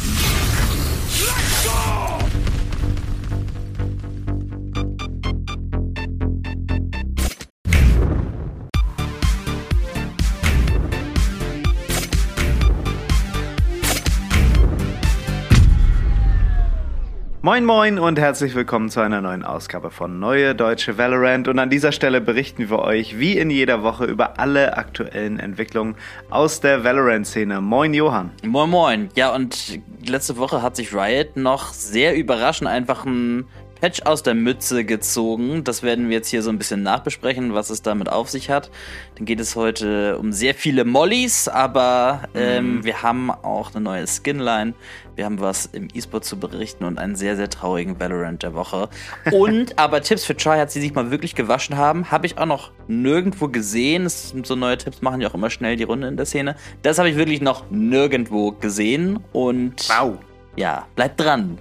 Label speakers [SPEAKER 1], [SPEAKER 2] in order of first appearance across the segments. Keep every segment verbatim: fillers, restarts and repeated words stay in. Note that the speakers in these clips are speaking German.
[SPEAKER 1] Moin moin und herzlich willkommen zu einer neuen Ausgabe von Neue Deutsche Valorant, und an dieser Stelle berichten wir euch wie in jeder Woche über alle aktuellen Entwicklungen aus der Valorant-Szene. Moin Johann.
[SPEAKER 2] Moin moin. Ja, und letzte Woche hat sich Riot noch sehr überraschend einfach ein Patch aus der Mütze gezogen. Das werden wir jetzt hier so ein bisschen nachbesprechen, was es damit auf sich hat. Dann geht es heute um sehr viele Mollys, aber ähm, mhm. wir haben auch eine neue Skinline. Wir haben was im E-Sport zu berichten und einen sehr, sehr traurigen Valorant der Woche. Und aber Tipps für Tryhards, die sich mal wirklich gewaschen haben, habe ich auch noch nirgendwo gesehen. Das, so neue Tipps machen ja auch immer schnell die Runde in der Szene. Das habe ich wirklich noch nirgendwo gesehen. Und
[SPEAKER 1] wow.
[SPEAKER 2] Ja, bleibt dran.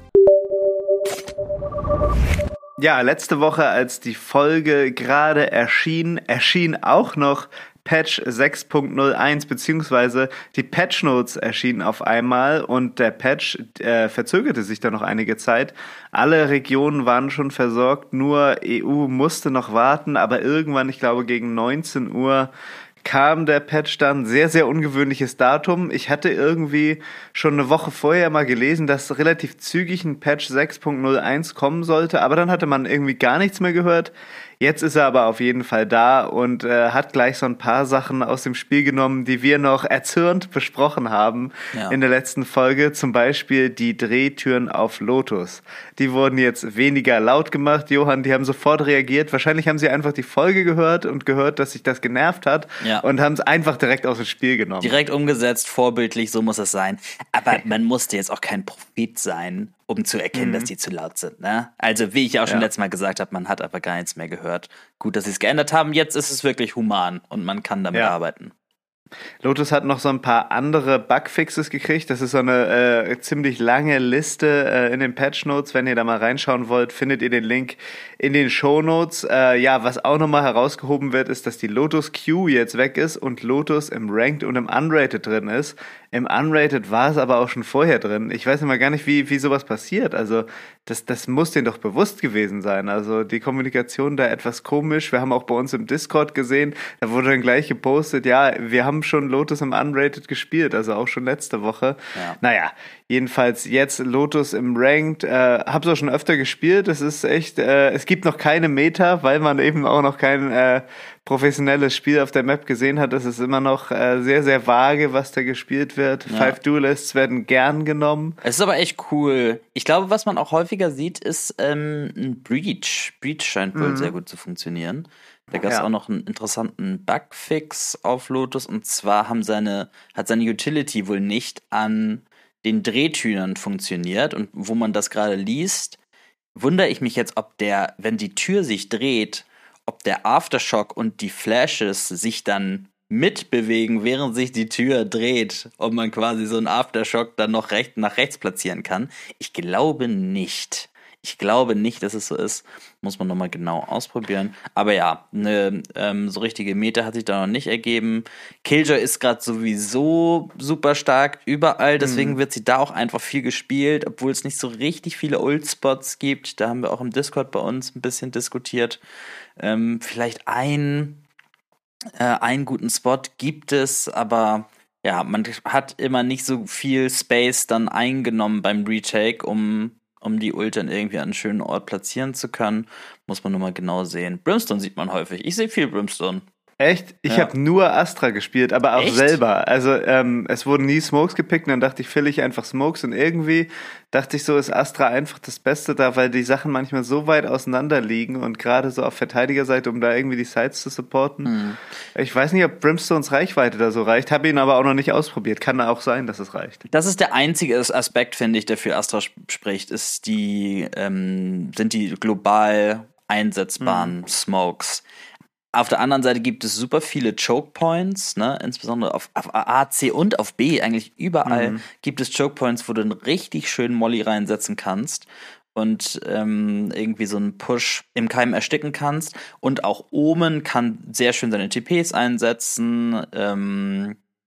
[SPEAKER 1] Ja, letzte Woche, als die Folge gerade erschien, erschien auch noch Patch sechs Punkt null eins, beziehungsweise die Patch Notes erschienen auf einmal und der Patch äh, verzögerte sich dann noch einige Zeit. Alle Regionen waren schon versorgt, nur E U musste noch warten, aber irgendwann, ich glaube gegen neunzehn Uhr, kam der Patch dann. Sehr, sehr ungewöhnliches Datum. Ich hatte irgendwie schon eine Woche vorher mal gelesen, dass relativ zügig ein Patch sechs Punkt null eins kommen sollte, aber dann hatte man irgendwie gar nichts mehr gehört. Jetzt ist er aber auf jeden Fall da und äh, hat gleich so ein paar Sachen aus dem Spiel genommen, die wir noch erzürnt besprochen haben ja. in der letzten Folge. Zum Beispiel die Drehtüren auf Lotus. Die wurden jetzt weniger laut gemacht. Johann, die haben sofort reagiert. Wahrscheinlich haben sie einfach die Folge gehört und gehört, dass sich das genervt hat ja. und haben es einfach direkt aus dem Spiel genommen.
[SPEAKER 2] Direkt umgesetzt, vorbildlich, so muss es sein. Aber man musste jetzt auch kein Prophet sein, um zu erkennen, mhm. dass die zu laut sind. Ne? Also wie ich auch schon ja. letztes Mal gesagt habe, man hat aber gar nichts mehr gehört. Gut, dass sie es geändert haben. Jetzt ist es wirklich human und man kann damit ja. arbeiten.
[SPEAKER 1] Lotus hat noch so ein paar andere Bugfixes gekriegt. Das ist so eine äh, ziemlich lange Liste äh, in den Patch Notes. Wenn ihr da mal reinschauen wollt, findet ihr den Link in den Shownotes. Äh, ja, was auch nochmal herausgehoben wird, ist, dass die Lotus Q jetzt weg ist und Lotus im Ranked und im Unrated drin ist. Im Unrated war es aber auch schon vorher drin. Ich weiß immer gar nicht, wie, wie sowas passiert. Also das, das muss denen doch bewusst gewesen sein. Also die Kommunikation da etwas komisch. Wir haben auch bei uns im Discord gesehen, da wurde dann gleich gepostet, ja, wir haben schon Lotus im Unrated gespielt, also auch schon letzte Woche. Ja. Naja, jedenfalls jetzt Lotus im Ranked. Äh, hab's auch schon öfter gespielt. Es ist echt, äh, es gibt noch keine Meta, weil man eben auch noch kein äh, professionelles Spiel auf der Map gesehen hat. Es ist immer noch äh, sehr, sehr vage, was da gespielt wird. Ja. Five Duelists werden gern genommen.
[SPEAKER 2] Es ist aber echt cool. Ich glaube, was man auch häufiger sieht, ist ähm, ein Breach. Breach scheint wohl mhm. sehr gut zu funktionieren. Da gab es ja. auch noch einen interessanten Bugfix auf Lotus, und zwar haben seine, hat seine Utility wohl nicht an den Drehtüren funktioniert, und wo man das gerade liest, wundere ich mich jetzt, ob der, wenn die Tür sich dreht, ob der Aftershock und die Flashes sich dann mitbewegen, während sich die Tür dreht, und man quasi so einen Aftershock dann noch recht, nach rechts platzieren kann. Ich glaube nicht. Ich glaube nicht, dass es so ist. Muss man nochmal genau ausprobieren. Aber ja, eine ähm, so richtige Meta hat sich da noch nicht ergeben. Killjoy ist gerade sowieso super stark überall. Deswegen mhm. wird sie da auch einfach viel gespielt, obwohl es nicht so richtig viele Ult-Spots gibt. Da haben wir auch im Discord bei uns ein bisschen diskutiert. Ähm, vielleicht ein, äh, einen guten Spot gibt es, aber ja, man hat immer nicht so viel Space dann eingenommen beim Retake, um um die Ult dann irgendwie an einen schönen Ort platzieren zu können. Muss man nur mal genau sehen. Brimstone sieht man häufig. Ich sehe viel Brimstone.
[SPEAKER 1] Echt? Ich ja. habe nur Astra gespielt, aber auch Echt? selber. Also ähm, es wurden nie Smokes gepickt, und dann dachte ich, fill ich einfach Smokes, und irgendwie dachte ich so, ist Astra einfach das Beste da, weil die Sachen manchmal so weit auseinander liegen, und gerade so auf Verteidigerseite, um da irgendwie die Sides zu supporten. Hm. Ich weiß nicht, ob Brimstones Reichweite da so reicht, habe ihn aber auch noch nicht ausprobiert. Kann auch sein, dass es reicht.
[SPEAKER 2] Das ist der einzige Aspekt, finde ich, der für Astra sp- spricht, ist die, ähm, sind die global einsetzbaren hm. Smokes. Auf der anderen Seite gibt es super viele Choke Points, ne? Insbesondere auf, auf A, C und auf B, eigentlich überall mhm. gibt es Choke Points, wo du einen richtig schönen Molly reinsetzen kannst und ähm, irgendwie so einen Push im Keim ersticken kannst. Und auch Omen kann sehr schön seine T Ps einsetzen. Ähm,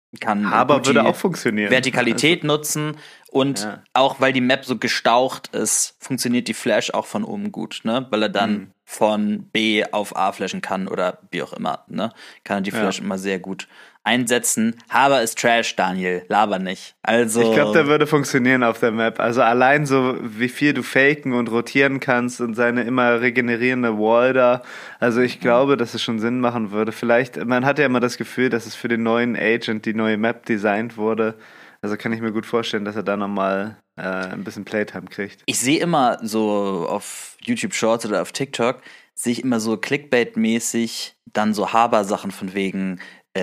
[SPEAKER 2] kann
[SPEAKER 1] aber würde auch funktionieren.
[SPEAKER 2] Vertikalität also, nutzen und ja. auch weil die Map so gestaucht ist, funktioniert die Flash auch von oben gut, ne? Weil er dann mhm. von B auf A flashen kann oder wie auch immer, ne? Kann er die Flash ja. immer sehr gut einsetzen. Haber ist Trash, Daniel, laber nicht. Also
[SPEAKER 1] ich glaube, der würde funktionieren auf der Map. Also allein so, wie viel du faken und rotieren kannst und seine immer regenerierende Wall da. Also ich glaube, dass es schon Sinn machen würde. Vielleicht, man hat ja immer das Gefühl, dass es für den neuen Agent die neue Map designt wurde. Also kann ich mir gut vorstellen, dass er da nochmal äh, ein bisschen Playtime kriegt.
[SPEAKER 2] Ich sehe immer so auf YouTube Shorts oder auf TikTok, sehe ich immer so Clickbait-mäßig dann so Haber-Sachen von wegen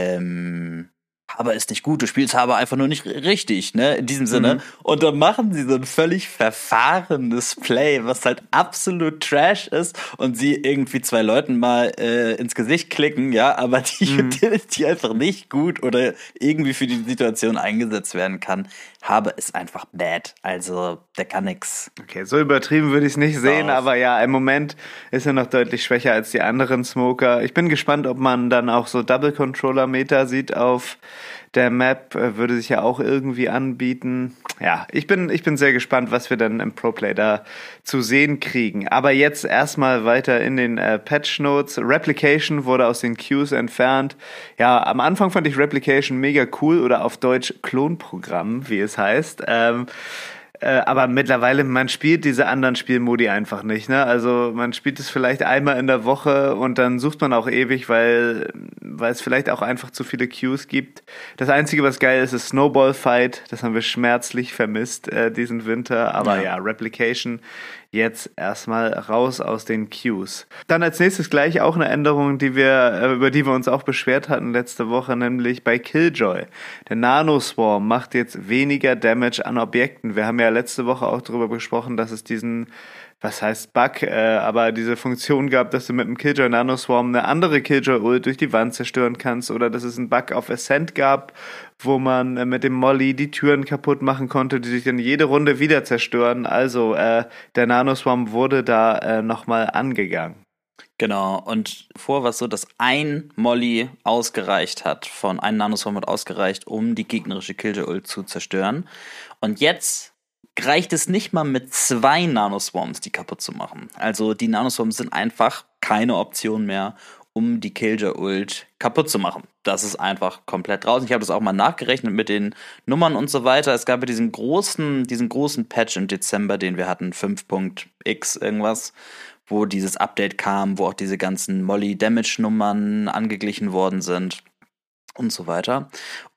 [SPEAKER 2] Ähm, Haber ist nicht gut, du spielst Haber einfach nur nicht richtig, ne, in diesem Sinne. Mhm. Und dann machen sie so ein völlig verfahrenes Play, was halt absolut Trash ist und sie irgendwie zwei Leuten mal äh, ins Gesicht klicken, ja, aber die mhm. Utility einfach nicht gut oder irgendwie für die Situation eingesetzt werden kann. Haber ist einfach bad, also der kann nix.
[SPEAKER 1] Okay, so übertrieben würde ich es nicht sehen, aber ja, im Moment ist er noch deutlich schwächer als die anderen Smoker. Ich bin gespannt, ob man dann auch so Double-Controller-Meter sieht auf der Map, würde sich ja auch irgendwie anbieten. Ja, ich bin, ich bin sehr gespannt, was wir dann im Pro-Play da zu sehen kriegen. Aber jetzt erstmal weiter in den äh, Patch-Notes. Replication wurde aus den Queues entfernt. Ja, am Anfang fand ich Replication mega cool oder auf Deutsch Klonprogramm, wie es heißt. Ähm, Äh, aber mittlerweile, man spielt diese anderen Spielmodi einfach nicht, ne? Also man spielt es vielleicht einmal in der Woche und dann sucht man auch ewig, weil weil es vielleicht auch einfach zu viele Queues gibt. Das Einzige, was geil ist, ist Snowball Fight. Das haben wir schmerzlich vermisst äh, diesen Winter. Aber ja, ja Replication jetzt erstmal raus aus den Queues. Dann als nächstes gleich auch eine Änderung, die wir, über die wir uns auch beschwert hatten letzte Woche, nämlich bei Killjoy. Der Nanoswarm macht jetzt weniger Damage an Objekten. Wir haben ja letzte Woche auch darüber gesprochen, dass es diesen, was heißt Bug, äh, aber diese Funktion gab, dass du mit dem Killjoy Nanoswarm eine andere Killjoy-Ult durch die Wand zerstören kannst oder dass es einen Bug auf Ascent gab, wo man äh, mit dem Molly die Türen kaputt machen konnte, die sich dann jede Runde wieder zerstören. Also äh, der Nanoswarm wurde da äh, nochmal angegangen.
[SPEAKER 2] Genau, und vor war es so, dass ein Molly ausgereicht hat, von einem Nanoswarm hat ausgereicht, um die gegnerische Killjoy-Ult zu zerstören. Und jetzt reicht es nicht mal mit zwei Nanoswarms, die kaputt zu machen. Also die Nanoswarms sind einfach keine Option mehr, um die Killjoy-Ult kaputt zu machen. Das ist einfach komplett draußen. Ich habe das auch mal nachgerechnet mit den Nummern und so weiter. Es gab ja diesen großen, diesen großen Patch im Dezember, den wir hatten, fünf Punkt x irgendwas, wo dieses Update kam, wo auch diese ganzen Molly-Damage-Nummern angeglichen worden sind und so weiter.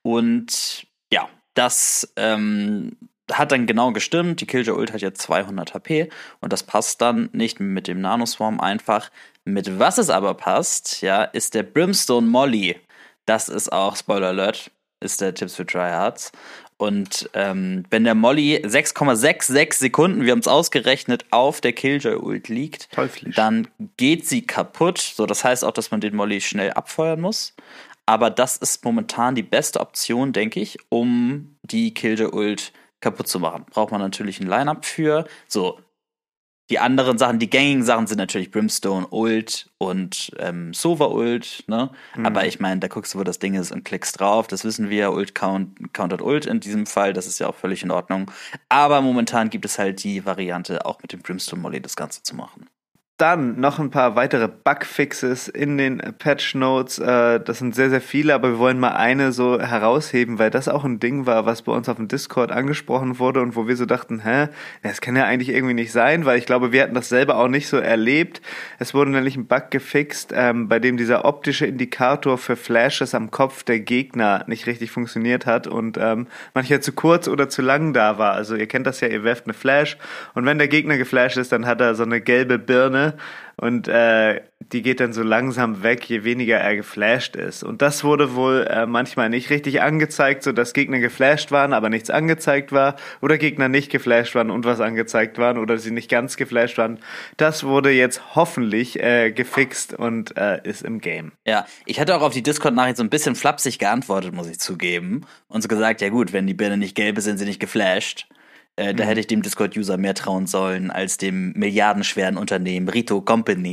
[SPEAKER 2] Und ja, das ähm, hat dann genau gestimmt. Die Killjoy-Ult hat jetzt zweihundert H P und das passt dann nicht mit dem Nanoswarm einfach. Mit was es aber passt, ja, ist der Brimstone Molly. Das ist auch, Spoiler Alert, ist der Tipps für Tryhards. Und ähm, wenn der Molly sechs Komma sechsundsechzig Sekunden, wir haben es ausgerechnet, auf der Killjoy-Ult liegt,
[SPEAKER 1] Teuflisch.
[SPEAKER 2] Dann geht sie kaputt. So, das heißt auch, dass man den Molly schnell abfeuern muss. Aber das ist momentan die beste Option, denke ich, um die Killjoy-Ult kaputt zu machen. Braucht man natürlich ein Line-Up für. So, die anderen Sachen, die gängigen Sachen sind natürlich Brimstone Ult und ähm, Sova Ult, ne? Mhm. Aber ich meine, da guckst du, wo das Ding ist und klickst drauf. Das wissen wir, Ult count, countet Ult in diesem Fall. Das ist ja auch völlig in Ordnung. Aber momentan gibt es halt die Variante, auch mit dem Brimstone Molly das Ganze zu machen.
[SPEAKER 1] Dann noch ein paar weitere Bugfixes in den Patch Notes. Das sind sehr, sehr viele, aber wir wollen mal eine so herausheben, weil das auch ein Ding war, was bei uns auf dem Discord angesprochen wurde und wo wir so dachten, hä, das kann ja eigentlich irgendwie nicht sein, weil ich glaube, wir hatten das selber auch nicht so erlebt. Es wurde nämlich ein Bug gefixt, ähm, bei dem dieser optische Indikator für Flashes am Kopf der Gegner nicht richtig funktioniert hat und ähm, manchmal zu kurz oder zu lang da war. Also ihr kennt das ja, ihr werft eine Flash und wenn der Gegner geflasht ist, dann hat er so eine gelbe Birne und äh, die geht dann so langsam weg, je weniger er geflasht ist. Und das wurde wohl äh, manchmal nicht richtig angezeigt, so dass Gegner geflasht waren, aber nichts angezeigt war, oder Gegner nicht geflasht waren und was angezeigt waren, oder sie nicht ganz geflasht waren. Das wurde jetzt hoffentlich äh, gefixt und äh, ist im Game.
[SPEAKER 2] Ja, ich hatte auch auf die Discord-Nachricht so ein bisschen flapsig geantwortet, muss ich zugeben, und so gesagt, ja gut, wenn die Birne nicht gelb ist, sind sie nicht geflasht. Äh, da hätte ich dem Discord-User mehr trauen sollen als dem milliardenschweren Unternehmen Rito Company.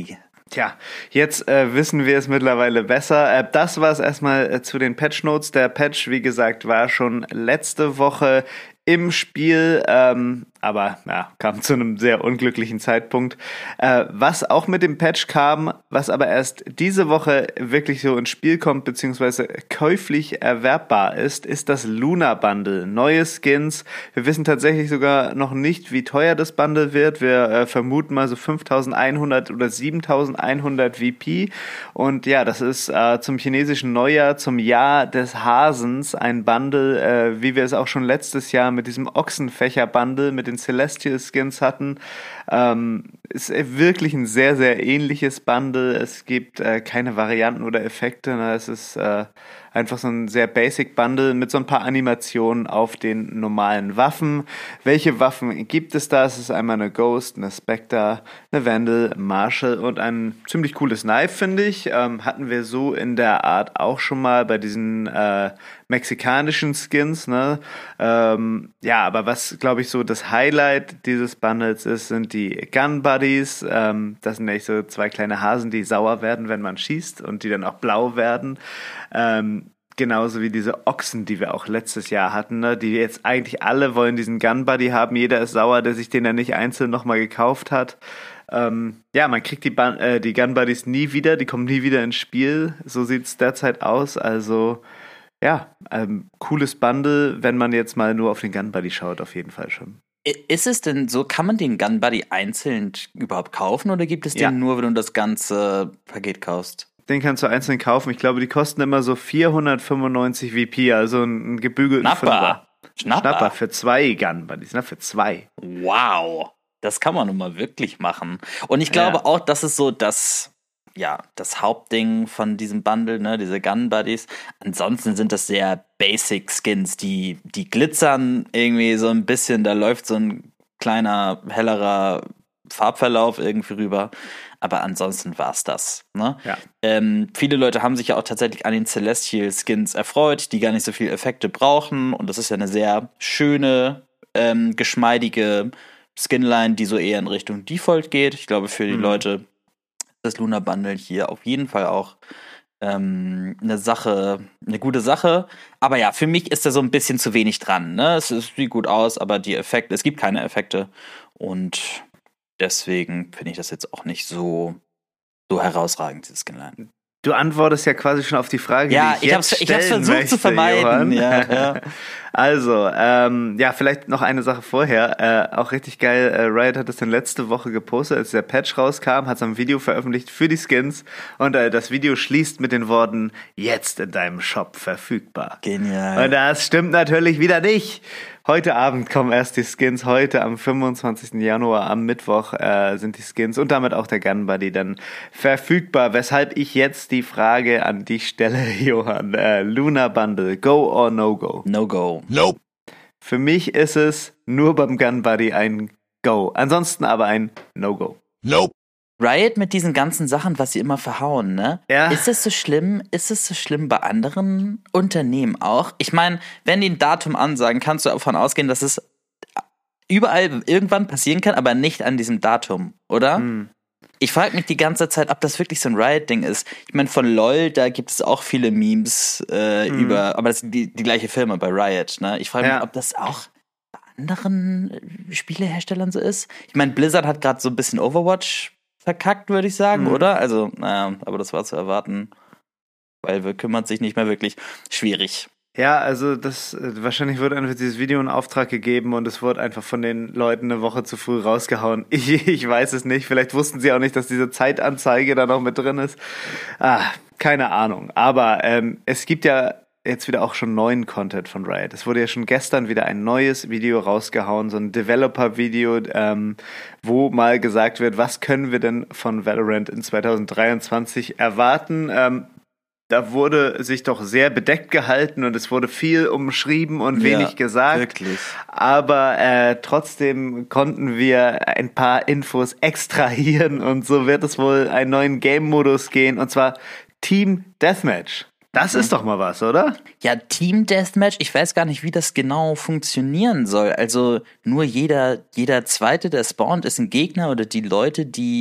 [SPEAKER 1] Tja, jetzt äh, wissen wir es mittlerweile besser. Äh, das war es erstmal äh, zu den Patch Notes. Der Patch, wie gesagt, war schon letzte Woche im Spiel, ähm, aber ja, kam zu einem sehr unglücklichen Zeitpunkt. Äh, was auch mit dem Patch kam, was aber erst diese Woche wirklich so ins Spiel kommt, beziehungsweise käuflich erwerbbar ist, ist das Luna Bundle. Neue Skins. Wir wissen tatsächlich sogar noch nicht, wie teuer das Bundle wird. Wir äh, vermuten mal so fünftausendeinhundert oder siebentausendeinhundert V P. Und ja, das ist äh, zum chinesischen Neujahr, zum Jahr des Hasens, ein Bundle, äh, wie wir es auch schon letztes Jahr mit diesem Ochsenfächer-Bundle mit den Celestial Skins hatten. Ähm, ist wirklich ein sehr, sehr ähnliches Bundle. Es gibt äh, keine Varianten oder Effekte. Ne? Es ist äh, einfach so ein sehr basic Bundle mit so ein paar Animationen auf den normalen Waffen. Welche Waffen gibt es da? Es ist einmal eine Ghost, eine Spectre, eine Vandal, Marshall und ein ziemlich cooles Knife, finde ich. Ähm, hatten wir so in der Art auch schon mal bei diesen äh, mexikanischen Skins, ne? Ähm, ja, aber was, glaube ich, so das Highlight dieses Bundles ist, sind die Gun Buddies. Ähm, das sind nämlich so zwei kleine Hasen, die sauer werden, wenn man schießt und die dann auch blau werden. Ähm, genauso wie diese Ochsen, die wir auch letztes Jahr hatten, ne? Die jetzt eigentlich alle wollen diesen Gun Buddy haben. Jeder ist sauer, der sich den dann nicht einzeln nochmal gekauft hat. Ähm, ja, man kriegt die, Ban- äh, die Gun Buddies nie wieder, die kommen nie wieder ins Spiel. So sieht es derzeit aus. Also ja, ähm, cooles Bundle, wenn man jetzt mal nur auf den Gun Buddy schaut, auf jeden Fall schon.
[SPEAKER 2] Ist es denn so, kann man den Gun Buddy einzeln überhaupt kaufen oder gibt es den
[SPEAKER 1] Ja.
[SPEAKER 2] nur, wenn du das ganze Paket kaufst?
[SPEAKER 1] Den kannst du einzeln kaufen. Ich glaube, die kosten immer so vierhundertfünfundneunzig V P, also einen gebügelten
[SPEAKER 2] Schnapper.
[SPEAKER 1] Fünfer.
[SPEAKER 2] Schnapper.
[SPEAKER 1] Schnapper für zwei Gun Buddies, ne? Für zwei.
[SPEAKER 2] Wow, das kann man nun mal wirklich machen. Und ich glaube
[SPEAKER 1] Ja.
[SPEAKER 2] auch, das ist so das, ja, das Hauptding von diesem Bundle, ne, diese Gun Buddies. Ansonsten sind das sehr basic Skins, die, die glitzern irgendwie so ein bisschen, da läuft so ein kleiner, hellerer Farbverlauf irgendwie rüber. Aber ansonsten war's das. Ne?
[SPEAKER 1] Ja.
[SPEAKER 2] Ähm, viele Leute haben sich ja auch tatsächlich an den Celestial Skins erfreut, die gar nicht so viel Effekte brauchen. Und das ist ja eine sehr schöne, ähm, geschmeidige Skinline, die so eher in Richtung Default geht. Ich glaube, für die
[SPEAKER 1] Mhm.
[SPEAKER 2] Leute das Luna Bundle hier auf jeden Fall auch ähm, eine Sache, eine gute Sache. Aber ja, für mich ist da so ein bisschen zu wenig dran. Ne? Es, es sieht gut aus, aber die Effekte, es gibt keine Effekte. Und deswegen finde ich das jetzt auch nicht so, so herausragend, dieses Skinline.
[SPEAKER 1] Du antwortest ja quasi schon auf die Frage,
[SPEAKER 2] Ja,
[SPEAKER 1] die ich,
[SPEAKER 2] ich hab's-
[SPEAKER 1] jetzt
[SPEAKER 2] ich hab's
[SPEAKER 1] stellen
[SPEAKER 2] versucht zu
[SPEAKER 1] möchte,
[SPEAKER 2] vermeiden,
[SPEAKER 1] Johann.
[SPEAKER 2] ja, ja.
[SPEAKER 1] Also, ähm, ja, vielleicht noch eine Sache vorher. Äh, auch richtig geil, äh, Riot hat das dann letzte Woche gepostet, als der Patch rauskam, hat so ein Video veröffentlicht für die Skins und äh, das Video schließt mit den Worten, jetzt in deinem Shop verfügbar.
[SPEAKER 2] Genial.
[SPEAKER 1] Und das stimmt natürlich wieder nicht. Heute Abend kommen erst die Skins. Heute am fünfundzwanzigsten Januar, am Mittwoch, äh, sind die Skins und damit auch der Gun Buddy dann verfügbar. Weshalb ich jetzt die Frage an dich stelle, Johann. Äh, Luna Bundle, go or no go?
[SPEAKER 2] No go.
[SPEAKER 3] Nope.
[SPEAKER 1] Für mich ist es nur beim Gun Buddy ein Go. Ansonsten aber ein No-Go.
[SPEAKER 3] Nope.
[SPEAKER 2] Riot mit diesen ganzen Sachen, was sie immer verhauen, ne?
[SPEAKER 1] Ja.
[SPEAKER 2] Ist es so schlimm? Ist es so schlimm bei anderen Unternehmen auch? Ich meine, wenn die ein Datum ansagen, kannst du davon ausgehen, dass es überall irgendwann passieren kann, aber nicht an diesem Datum, oder?
[SPEAKER 1] Hm.
[SPEAKER 2] Ich frage mich die ganze Zeit, ob das wirklich so ein Riot-Ding ist. Ich meine, von LOL, da gibt es auch viele Memes äh,
[SPEAKER 1] Mhm.
[SPEAKER 2] über, aber das ist die, die gleiche Firma bei Riot, ne? Ich frage mich,
[SPEAKER 1] Ja.
[SPEAKER 2] ob das auch bei anderen äh, Spieleherstellern so ist. Ich meine, Blizzard hat gerade so ein bisschen Overwatch verkackt, würde ich sagen,
[SPEAKER 1] Mhm.
[SPEAKER 2] oder? Also, naja, aber das war zu erwarten. Valve kümmert sich nicht mehr wirklich. Schwierig.
[SPEAKER 1] Ja, also das äh, wahrscheinlich wird einfach dieses Video in Auftrag gegeben und es wurde einfach von den Leuten eine Woche zu früh rausgehauen. Ich, ich weiß es nicht. Vielleicht wussten sie auch nicht, dass diese Zeitanzeige da noch mit drin ist. Ah, keine Ahnung. Aber ähm, es gibt ja jetzt wieder auch schon neuen Content von Riot. Es wurde ja schon gestern wieder ein neues Video rausgehauen, so ein Developer-Video, ähm, wo mal gesagt wird, was können wir denn von Valorant in zweitausenddreiundzwanzig erwarten? Ähm, Da wurde sich doch sehr bedeckt gehalten und es wurde viel umschrieben und wenig
[SPEAKER 2] Ja,
[SPEAKER 1] gesagt.
[SPEAKER 2] wirklich.
[SPEAKER 1] Aber äh, trotzdem konnten wir ein paar Infos extrahieren und so wird es wohl einen neuen Game-Modus gehen und zwar Team Deathmatch. Das ist doch mal was, oder?
[SPEAKER 2] Ja, Team Deathmatch, ich weiß gar nicht, wie das genau funktionieren soll. Also nur jeder, jeder Zweite, der spawnt, ist ein Gegner oder die Leute, die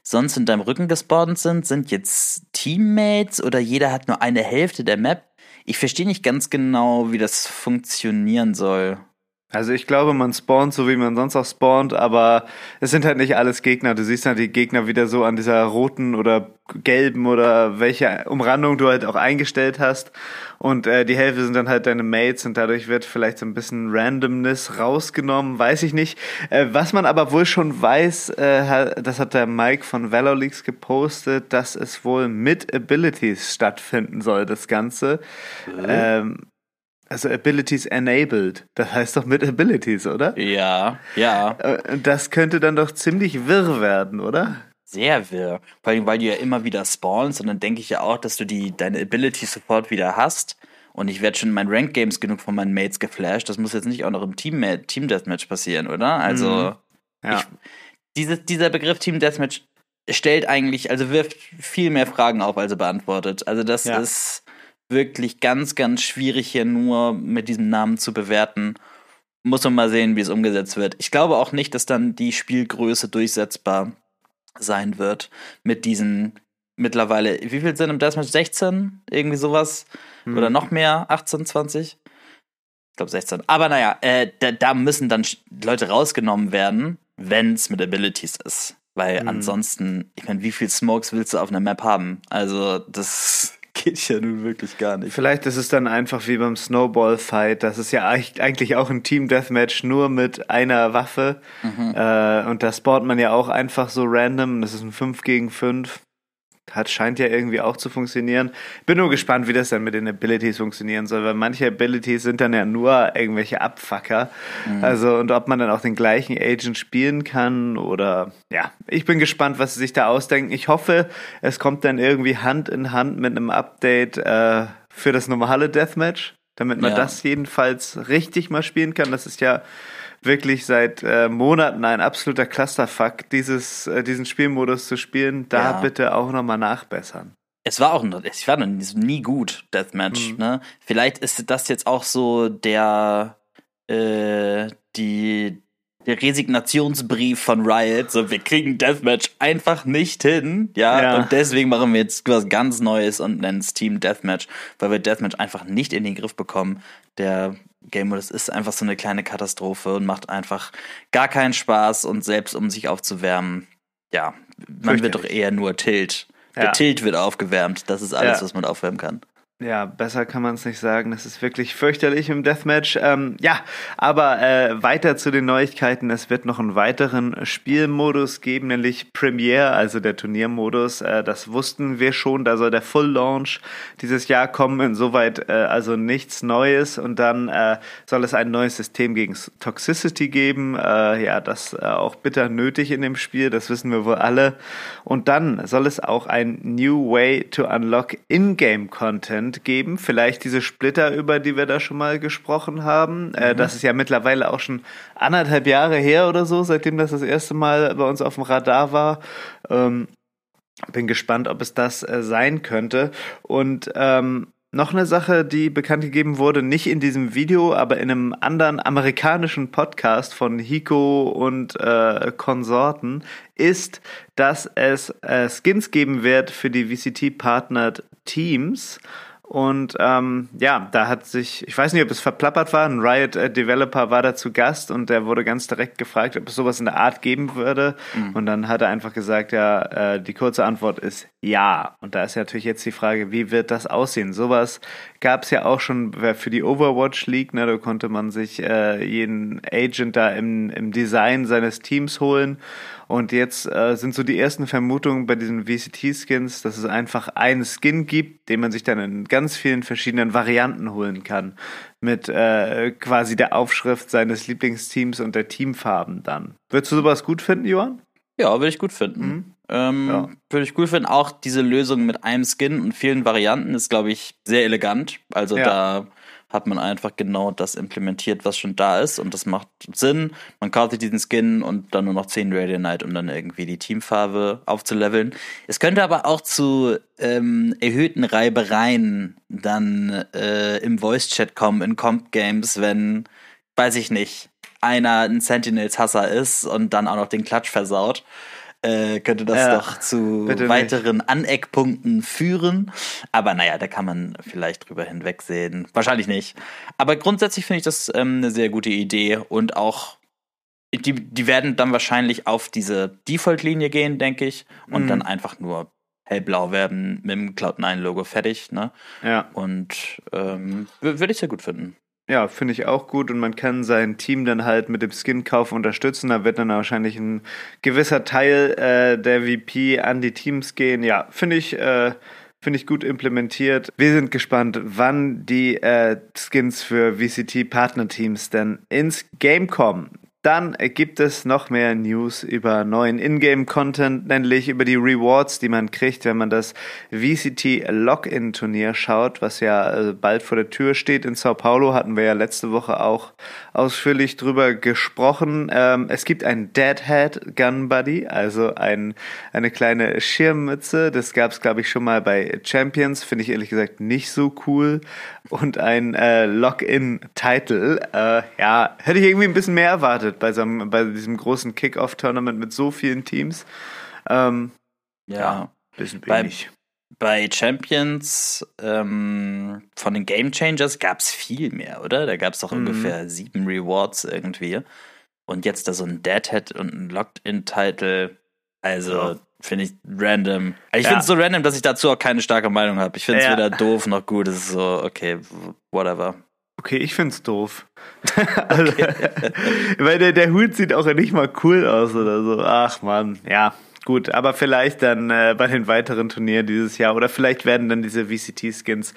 [SPEAKER 2] sonst in deinem Rücken gespawnt sind, sind jetzt Teammates oder jeder hat nur eine Hälfte der Map? Ich verstehe nicht ganz genau, wie das funktionieren soll.
[SPEAKER 1] Also ich glaube, man spawnt so, wie man sonst auch spawnt, aber es sind halt nicht alles Gegner. Du siehst halt die Gegner wieder so an dieser roten oder gelben oder welche Umrandung du halt auch eingestellt hast. Und äh, die Hälfte sind dann halt deine Mates und dadurch wird vielleicht so ein bisschen Randomness rausgenommen, weiß ich nicht. Äh, was man aber wohl schon weiß, äh, das hat der Mike von Valor Leaks gepostet, dass es wohl mit Abilities stattfinden soll, das Ganze. Mhm. Ähm, Also Abilities enabled. Das heißt doch mit Abilities, oder?
[SPEAKER 2] Ja, ja.
[SPEAKER 1] Das könnte dann doch ziemlich wirr werden, oder?
[SPEAKER 2] Sehr wirr. Vor allem, weil du ja immer wieder spawnst und dann denke ich ja auch, dass du die deine Abilities sofort wieder hast. Und ich werde schon in meinen Ranked Games genug von meinen Mates geflasht. Das muss jetzt nicht auch noch im Team, Team Deathmatch passieren, oder? Also, mhm. ja. ich, dieses, dieser Begriff Team Deathmatch stellt eigentlich, also wirft viel mehr Fragen auf, als er beantwortet. Also das ja. ist wirklich ganz, ganz schwierig hier nur mit diesem Namen zu bewerten. Muss man mal sehen, wie es umgesetzt wird. Ich glaube auch nicht, dass dann die Spielgröße durchsetzbar sein wird mit diesen mittlerweile, wie viel sind im Deathmatch? sechzehn? Irgendwie sowas? Hm. Oder noch mehr? achtzehn, zwanzig? Ich glaube sechzehn. Aber naja, äh, da, da müssen dann Leute rausgenommen werden, wenn es mit Abilities ist. Weil hm. ansonsten, ich meine, wie viel Smokes willst du auf einer Map haben? Also, das geht ja nun wirklich gar nicht.
[SPEAKER 1] Vielleicht ist es dann einfach wie beim Snowball-Fight. Das ist ja eigentlich auch ein Team-Deathmatch nur mit einer Waffe. Mhm. Äh, und da spawnt man ja auch einfach so random. Das ist ein fünf gegen fünf. Hat, scheint ja irgendwie auch zu funktionieren. Bin nur gespannt, wie das dann mit den Abilities funktionieren soll, weil manche Abilities sind dann ja nur irgendwelche Abfucker. Mhm. Also, und ob man dann auch den gleichen Agent spielen kann oder, ja, ich bin gespannt, was sie sich da ausdenken. Ich hoffe, es kommt dann irgendwie Hand in Hand mit einem Update äh, für das normale Deathmatch, damit man ja. das jedenfalls richtig mal spielen kann. Das ist ja wirklich seit äh, Monaten ein absoluter Clusterfuck, dieses, äh, diesen Spielmodus zu spielen. Da ja. bitte auch nochmal nachbessern.
[SPEAKER 2] Es war auch noch, es war noch nie gut, Deathmatch, mhm. ne? Vielleicht ist das jetzt auch so der, äh, die, der Resignationsbrief von Riot, so wir kriegen Deathmatch einfach nicht hin, ja? ja, und deswegen machen wir jetzt was ganz Neues und nennen es Team Deathmatch, weil wir Deathmatch einfach nicht in den Griff bekommen. Der Game Modus ist einfach so eine kleine Katastrophe und macht einfach gar keinen Spaß und selbst um sich aufzuwärmen, ja, man wird doch eher nur Tilt. Ja. Der Tilt wird aufgewärmt, das ist alles, ja. was man aufwärmen kann.
[SPEAKER 1] Ja, besser kann man es nicht sagen. Das ist wirklich fürchterlich im Deathmatch. Ähm, ja, aber äh, weiter zu den Neuigkeiten. Es wird noch einen weiteren Spielmodus geben, nämlich Premiere, also der Turniermodus. Äh, das wussten wir schon. Da soll der Full Launch dieses Jahr kommen. Insoweit äh, also nichts Neues. Und dann äh, soll es ein neues System gegen Toxicity geben. Äh, ja, das äh, auch bitter nötig in dem Spiel. Das wissen wir wohl alle. Und dann soll es auch ein New Way to Unlock In-Game-Content geben, vielleicht diese Splitter, über die wir da schon mal gesprochen haben. Mhm. Äh, das ist ja mittlerweile auch schon anderthalb Jahre her oder so, seitdem das das erste Mal bei uns auf dem Radar war. Ähm, bin gespannt, ob es das äh, sein könnte. Und ähm, noch eine Sache, die bekannt gegeben wurde, nicht in diesem Video, aber in einem anderen amerikanischen Podcast von Hiko und äh, Konsorten, ist, dass es äh, Skins geben wird für die V C T-Partnered Teams. Und ähm, ja, da hat sich, ich weiß nicht, ob es verplappert war, ein Riot-Developer war da zu Gast und der wurde ganz direkt gefragt, ob es sowas in der Art geben würde. Mhm. Und dann hat er einfach gesagt, ja, äh, die kurze Antwort ist ja. Und da ist ja natürlich jetzt die Frage, wie wird das aussehen? Sowas gab es ja auch schon für die Overwatch League, ne? Da konnte man sich äh, jeden Agent da im, im Design seines Teams holen. Und jetzt äh, sind so die ersten Vermutungen bei diesen V C T-Skins, dass es einfach einen Skin gibt, den man sich dann in ganz vielen verschiedenen Varianten holen kann. Mit äh, quasi der Aufschrift seines Lieblingsteams und der Teamfarben dann. Würdest du sowas gut finden, Johann?
[SPEAKER 2] Ja, würde ich gut finden. Mhm. Ähm, ja. Würde ich gut finden. Auch diese Lösung mit einem Skin und vielen Varianten ist, glaube ich, sehr elegant. Also ja. da hat man einfach genau das implementiert, was schon da ist und das macht Sinn. Man kauft sich diesen Skin und dann nur noch zehn Radiant Knight, um dann irgendwie die Teamfarbe aufzuleveln. Es könnte aber auch zu ähm, erhöhten Reibereien dann äh, im Voice-Chat kommen in Comp-Games, wenn, weiß ich nicht, einer ein Sentinels-Hasser ist und dann auch noch den Klatsch versaut. äh, könnte das
[SPEAKER 1] ja,
[SPEAKER 2] doch zu weiteren nicht. Aneckpunkten führen. Aber naja, da kann man vielleicht drüber hinwegsehen. Wahrscheinlich nicht. Aber grundsätzlich finde ich das ähm, eine sehr gute Idee und auch die, die werden dann wahrscheinlich auf diese Default-Linie gehen, denke ich, und mhm. dann einfach nur hellblau werden mit dem Cloud neun Logo fertig, ne?
[SPEAKER 1] Ja.
[SPEAKER 2] Und ähm, würde ich sehr gut finden.
[SPEAKER 1] Ja, finde ich auch gut und man kann sein Team dann halt mit dem Skin-Kauf unterstützen. Da wird dann wahrscheinlich ein gewisser Teil äh, der V P an die Teams gehen. Ja, finde ich, äh, finde ich gut implementiert. Wir sind gespannt, wann die äh, Skins für V C T-Partner-Teams denn ins Game kommen. Dann gibt es noch mehr News über neuen Ingame-Content, nämlich über die Rewards, die man kriegt, wenn man das V C T-Login-Turnier schaut, was ja bald vor der Tür steht in Sao Paulo, hatten wir ja letzte Woche auch ausführlich drüber gesprochen. Ähm, es gibt ein Deadhead Gun Buddy, also ein, eine kleine Schirmmütze, das gab es, glaube ich, schon mal bei Champions, finde ich ehrlich gesagt nicht so cool. Und ein äh, Login-Title, äh, ja, hätte ich irgendwie ein bisschen mehr erwartet bei, so einem, bei diesem großen Kick-Off-Tournament mit so vielen Teams. Ähm,
[SPEAKER 2] ja,
[SPEAKER 1] ja, bisschen wenig.
[SPEAKER 2] Bei, bei Champions ähm, von den Game Changers gab es viel mehr, oder? Da gab es doch mhm. ungefähr sieben Rewards irgendwie. Und jetzt da so ein Deadhead und ein Locked-In-Title, also ja. Finde ich random. Ich ja. finde es so random, dass ich dazu auch keine starke Meinung habe. Ich finde es ja. weder doof noch gut. Es ist so, okay, whatever.
[SPEAKER 1] Okay, ich find's doof. also, okay. Weil der, der Hut sieht auch nicht mal cool aus oder so. Ach man, ja, gut. Aber vielleicht dann äh, bei den weiteren Turnieren dieses Jahr oder vielleicht werden dann diese V C T-Skins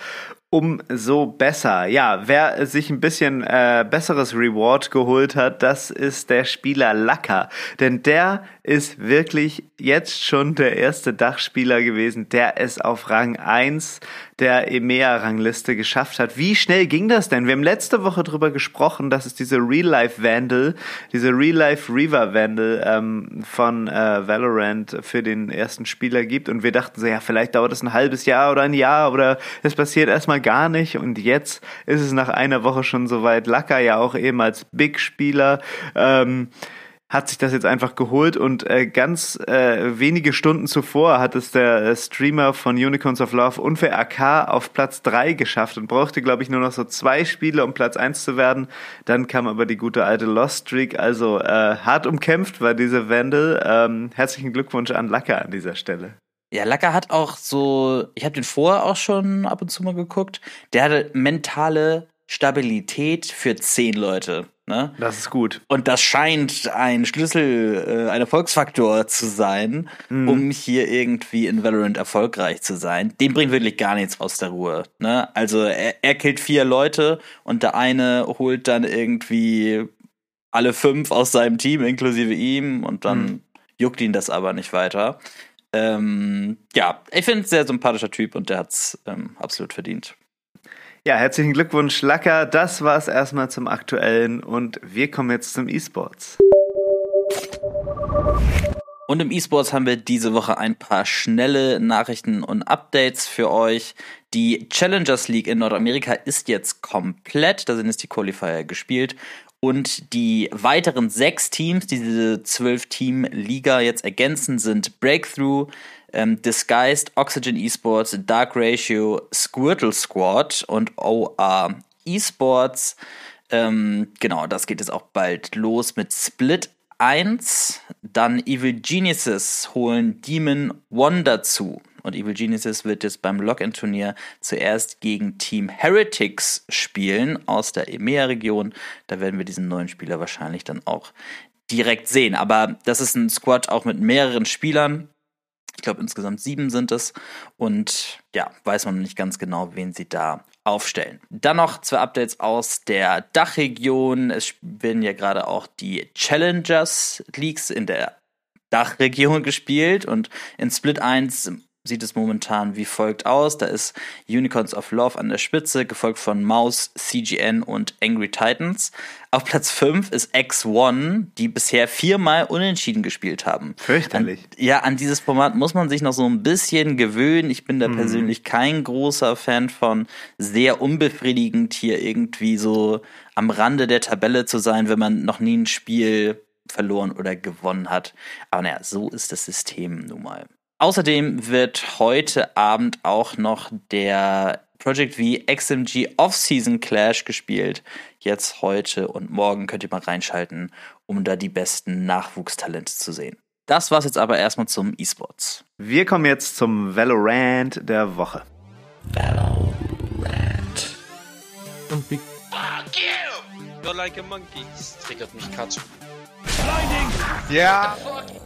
[SPEAKER 1] umso besser. Ja, wer sich ein bisschen äh, besseres Reward geholt hat, das ist der Spieler Laka. Denn der ist wirklich jetzt schon der erste Dachspieler gewesen, der es auf Rang eins der E M E A-Rangliste geschafft hat. Wie schnell ging das denn? Wir haben letzte Woche drüber gesprochen, dass es diese Real-Life-Vandal, diese Real-Life-Reaver-Vandal ähm, von äh, Valorant für den ersten Spieler gibt und wir dachten so, ja, vielleicht dauert es ein halbes Jahr oder ein Jahr oder es passiert erstmal gar nicht und jetzt ist es nach einer Woche schon soweit. Laka ja auch eben als Big-Spieler ähm, hat sich das jetzt einfach geholt und äh, ganz äh, wenige Stunden zuvor hat es der äh, Streamer von Unicorns of Love Unfair A K auf Platz drei geschafft und brauchte, glaube ich, nur noch so zwei Spiele, um Platz eins zu werden. Dann kam aber die gute alte Lost Streak, also äh, hart umkämpft war diese Vandal. Ähm, herzlichen Glückwunsch an Laka an dieser Stelle.
[SPEAKER 2] Ja, Laka hat auch so, ich habe den vorher auch schon ab und zu mal geguckt, der hatte mentale Stabilität für zehn Leute. Ne?
[SPEAKER 1] Das ist gut.
[SPEAKER 2] Und das scheint ein Schlüssel, äh, ein Erfolgsfaktor zu sein, mhm. um hier irgendwie in Valorant erfolgreich zu sein. Dem bringt wirklich gar nichts aus der Ruhe. Ne? Also er, er killt vier Leute und der eine holt dann irgendwie alle fünf aus seinem Team, inklusive ihm, und dann mhm. juckt ihn das aber nicht weiter. Ähm, ja, ich finde es ein sehr sympathischer Typ und der hat es ähm, absolut verdient.
[SPEAKER 1] Ja, herzlichen Glückwunsch, Laka. Das war's erstmal zum Aktuellen und wir kommen jetzt zum E-Sports.
[SPEAKER 2] Und im E-Sports haben wir diese Woche ein paar schnelle Nachrichten und Updates für euch. Die Challengers League in Nordamerika ist jetzt komplett, da sind jetzt die Qualifier gespielt. Und die weiteren sechs Teams, die diese zwölf-Team-Liga jetzt ergänzen, sind Breakthrough, ähm, Disguised, Oxygen Esports, Dark Ratio, Squirtle Squad und O R Esports. Ähm, genau, das geht jetzt auch bald los mit Split eins. Dann Evil Geniuses holen Demon One dazu. Und Evil Geniuses wird jetzt beim Login-Turnier zuerst gegen Team Heretics spielen aus der E M E A-Region. Da werden wir diesen neuen Spieler wahrscheinlich dann auch direkt sehen. Aber das ist ein Squad auch mit mehreren Spielern. Ich glaube, insgesamt sieben sind es. Und ja, weiß man noch nicht ganz genau, wen sie da aufstellen. Dann noch zwei Updates aus der Dachregion. Es werden ja gerade auch die Challengers Leagues in der Dachregion gespielt. Und in Split eins sieht es momentan wie folgt aus. Da ist Unicorns of Love an der Spitze, gefolgt von Mouse, C G N und Angry Titans. Auf Platz fünf ist X eins, die bisher viermal unentschieden gespielt haben.
[SPEAKER 1] Fürchterlich.
[SPEAKER 2] An, ja, an dieses Format muss man sich noch so ein bisschen gewöhnen. Ich bin da hm. persönlich kein großer Fan von. Sehr unbefriedigend, hier irgendwie so am Rande der Tabelle zu sein, wenn man noch nie ein Spiel verloren oder gewonnen hat. Aber naja, so ist das System nun mal. Außerdem wird heute Abend auch noch der Project V X M G Off-Season Clash gespielt. Jetzt, heute und morgen könnt ihr mal reinschalten, um da die besten Nachwuchstalente zu sehen. Das war's jetzt aber erstmal zum E-Sports.
[SPEAKER 1] Wir kommen jetzt zum Valorant der Woche.
[SPEAKER 3] Valorant.
[SPEAKER 4] Und wie
[SPEAKER 3] Fuck you! You're like a monkey. Das triggert mich Katsch.
[SPEAKER 1] Ja.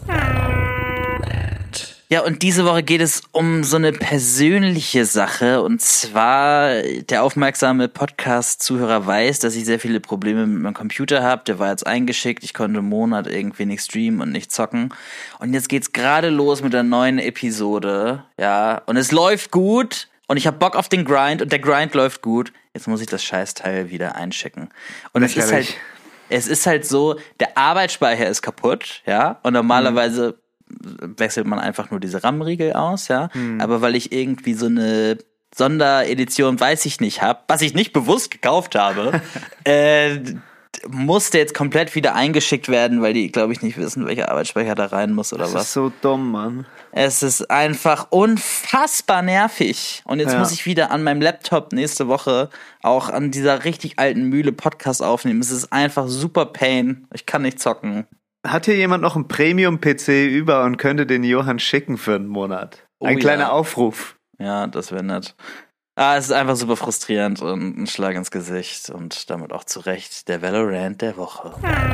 [SPEAKER 2] Ja, und diese Woche geht es um so eine persönliche Sache. Und zwar, der aufmerksame Podcast-Zuhörer weiß, dass ich sehr viele Probleme mit meinem Computer habe. Der war jetzt eingeschickt. Ich konnte einen Monat irgendwie nicht streamen und nicht zocken. Und jetzt geht's gerade los mit der neuen Episode. Ja, und es läuft gut. Und ich habe Bock auf den Grind. Und der Grind läuft gut. Jetzt muss ich das Scheißteil wieder einschicken. Und es ist halt, es ist halt so, der Arbeitsspeicher ist kaputt. Ja, und normalerweise mhm. wechselt man einfach nur diese RAM-Riegel aus, ja. Hm. Aber weil ich irgendwie so eine Sonderedition, weiß ich nicht, hab, was ich nicht bewusst gekauft habe, äh, musste jetzt komplett wieder eingeschickt werden, weil die, glaube ich, nicht wissen, welcher Arbeitsspeicher da rein muss oder
[SPEAKER 1] das
[SPEAKER 2] was.
[SPEAKER 1] Das ist so dumm, Mann.
[SPEAKER 2] Es ist einfach unfassbar nervig. Und jetzt
[SPEAKER 1] ja.
[SPEAKER 2] muss ich wieder an meinem Laptop nächste Woche auch an dieser richtig alten Mühle Podcast aufnehmen. Es ist einfach super Pain. Ich kann nicht zocken.
[SPEAKER 1] Hat hier jemand noch einen Premium-P C über und könnte den Johann schicken für einen Monat? Ein oh, kleiner ja. Aufruf.
[SPEAKER 2] Ja, das wäre nett. Ah, es ist einfach super frustrierend und ein Schlag ins Gesicht und damit auch zu Recht der Valorant der Woche.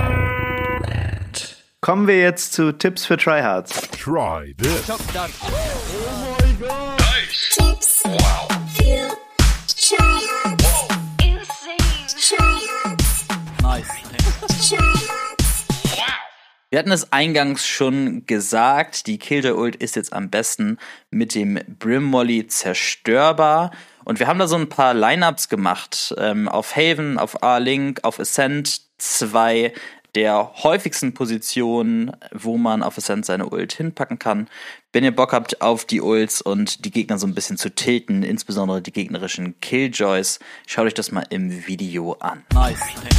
[SPEAKER 1] Kommen wir jetzt zu Tipps für Tryhards.
[SPEAKER 4] Try this.
[SPEAKER 3] Oh my god. Nice.
[SPEAKER 5] Tipps wow. für Tryhards.
[SPEAKER 3] Wow.
[SPEAKER 5] Insane. Tryhards.
[SPEAKER 2] Nice.
[SPEAKER 5] Tryhards.
[SPEAKER 2] Wir hatten es eingangs schon gesagt, die Killjoy-Ult ist jetzt am besten mit dem Brim-Molly zerstörbar. Und wir haben da so ein paar Lineups gemacht. Ähm, auf Haven, auf A-Link, auf Ascent, zwei der häufigsten Positionen, wo man auf Ascent seine Ult hinpacken kann. Wenn ihr Bock habt auf die Ults und die Gegner so ein bisschen zu tilten, insbesondere die gegnerischen Killjoys, schaut euch das mal im Video an. Nice.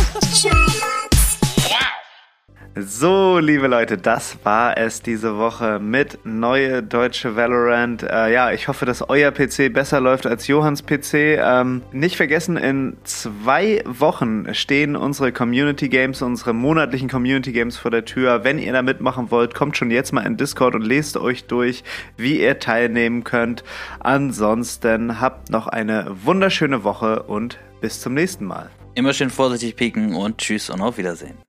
[SPEAKER 1] So, liebe Leute, das war es diese Woche mit neue deutsche Valorant. Äh, ja, ich hoffe, dass euer P C besser läuft als Johanns P C. Ähm, nicht vergessen, in zwei Wochen stehen unsere Community Games, unsere monatlichen Community Games vor der Tür. Wenn ihr da mitmachen wollt, kommt schon jetzt mal in Discord und lest euch durch, wie ihr teilnehmen könnt. Ansonsten habt noch eine wunderschöne Woche und bis zum nächsten Mal.
[SPEAKER 2] Immer schön vorsichtig pieken und tschüss und auf Wiedersehen.